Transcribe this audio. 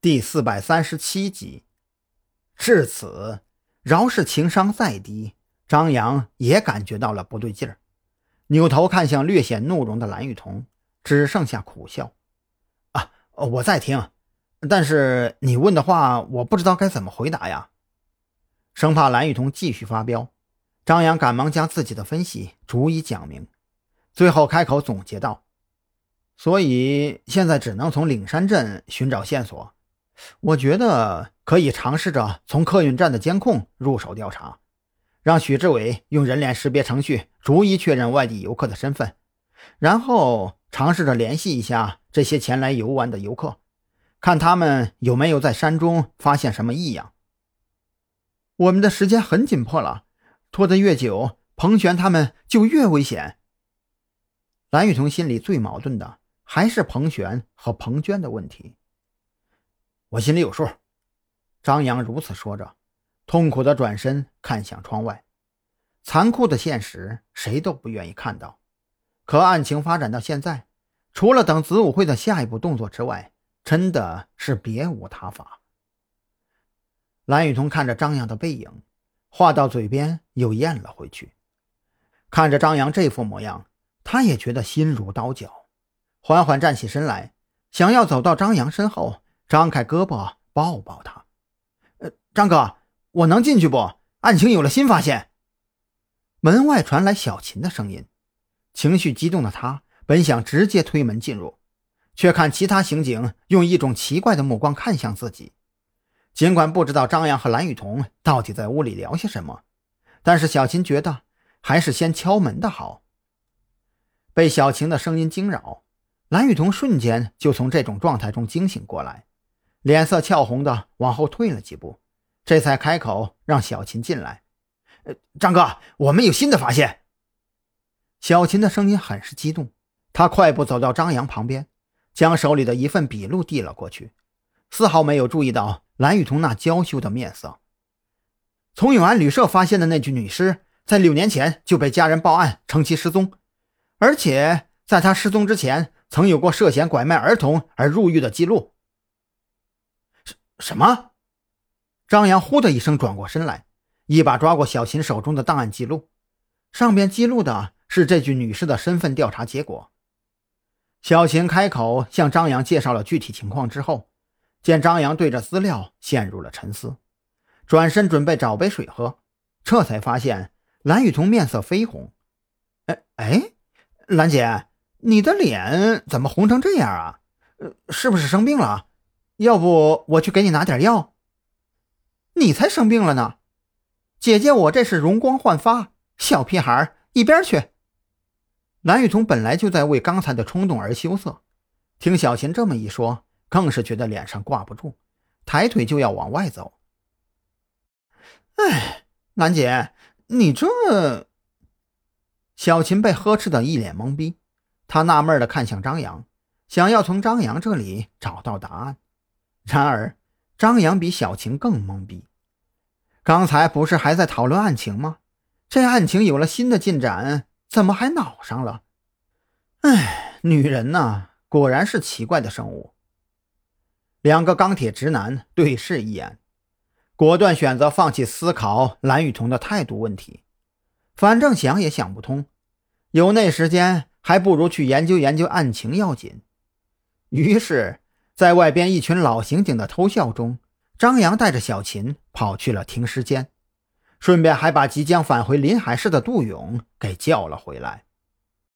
第437集。至此，饶是情商再低，张扬也感觉到了不对劲儿，扭头看向略显怒容的蓝雨桐，只剩下苦笑。我在听，但是你问的话我不知道该怎么回答呀。生怕蓝雨桐继续发飙，张扬赶忙将自己的分析逐一讲明，最后开口总结道：所以现在只能从岭山镇寻找线索，我觉得可以尝试着从客运站的监控入手调查，让许志伟用人脸识别程序逐一确认外地游客的身份，然后尝试着联系一下这些前来游玩的游客，看他们有没有在山中发现什么异样。我们的时间很紧迫了，拖得越久，彭璇他们就越危险。蓝雨桐心里最矛盾的还是彭璇和彭娟的问题。我心里有数，张扬如此说着，痛苦地转身看向窗外。残酷的现实谁都不愿意看到，可案情发展到现在，除了等子午会的下一步动作之外，真的是别无他法。蓝雨桐看着张扬的背影，话到嘴边又咽了回去。看着张扬这副模样，他也觉得心如刀绞，缓缓站起身来，想要走到张扬身后，张开胳膊抱抱他。张哥，我能进去不？案情有了新发现。门外传来小琴的声音，情绪激动的他本想直接推门进入，却看其他刑警用一种奇怪的目光看向自己。尽管不知道张扬和蓝雨桐到底在屋里聊些什么，但是小琴觉得还是先敲门的好。被小琴的声音惊扰，蓝雨桐瞬间就从这种状态中惊醒过来，脸色俏红的往后退了几步，这才开口让小琴进来。张哥，我们有新的发现。小琴的声音很是激动，她快步走到张扬旁边，将手里的一份笔录递了过去，丝毫没有注意到蓝雨桐那娇羞的面色。从永安旅社发现的那具女尸，在6年前就被家人报案称其失踪，而且在她失踪之前曾有过涉嫌拐卖儿童而入狱的记录。什么？张扬呼的一声转过身来，一把抓过小琴手中的档案记录，上边记录的是这具女尸的身份调查结果。小琴开口向张扬介绍了具体情况之后，见张扬对着资料陷入了沉思，转身准备找杯水喝，这才发现蓝雨桐面色绯红。蓝姐，你的脸怎么红成这样啊？是不是生病了？要不我去给你拿点药？你才生病了呢！姐姐我这是容光焕发，小屁孩一边去！蓝雨桐本来就在为刚才的冲动而羞涩，听小琴这么一说，更是觉得脸上挂不住，抬腿就要往外走。蓝姐，你这……小琴被呵斥得一脸懵逼，她纳闷地看向张扬，想要从张扬这里找到答案。然而张扬比小琴更懵逼，刚才不是还在讨论案情吗？这案情有了新的进展，怎么还恼上了？女人呐，果然是奇怪的生物。两个钢铁直男对视一眼，果断选择放弃思考蓝雨桐的态度问题，反正想也想不通，有那时间还不如去研究研究案情要紧。于是在外边一群老刑警的偷笑中，张扬带着小琴跑去了停尸间，顺便还把即将返回临海市的杜勇给叫了回来。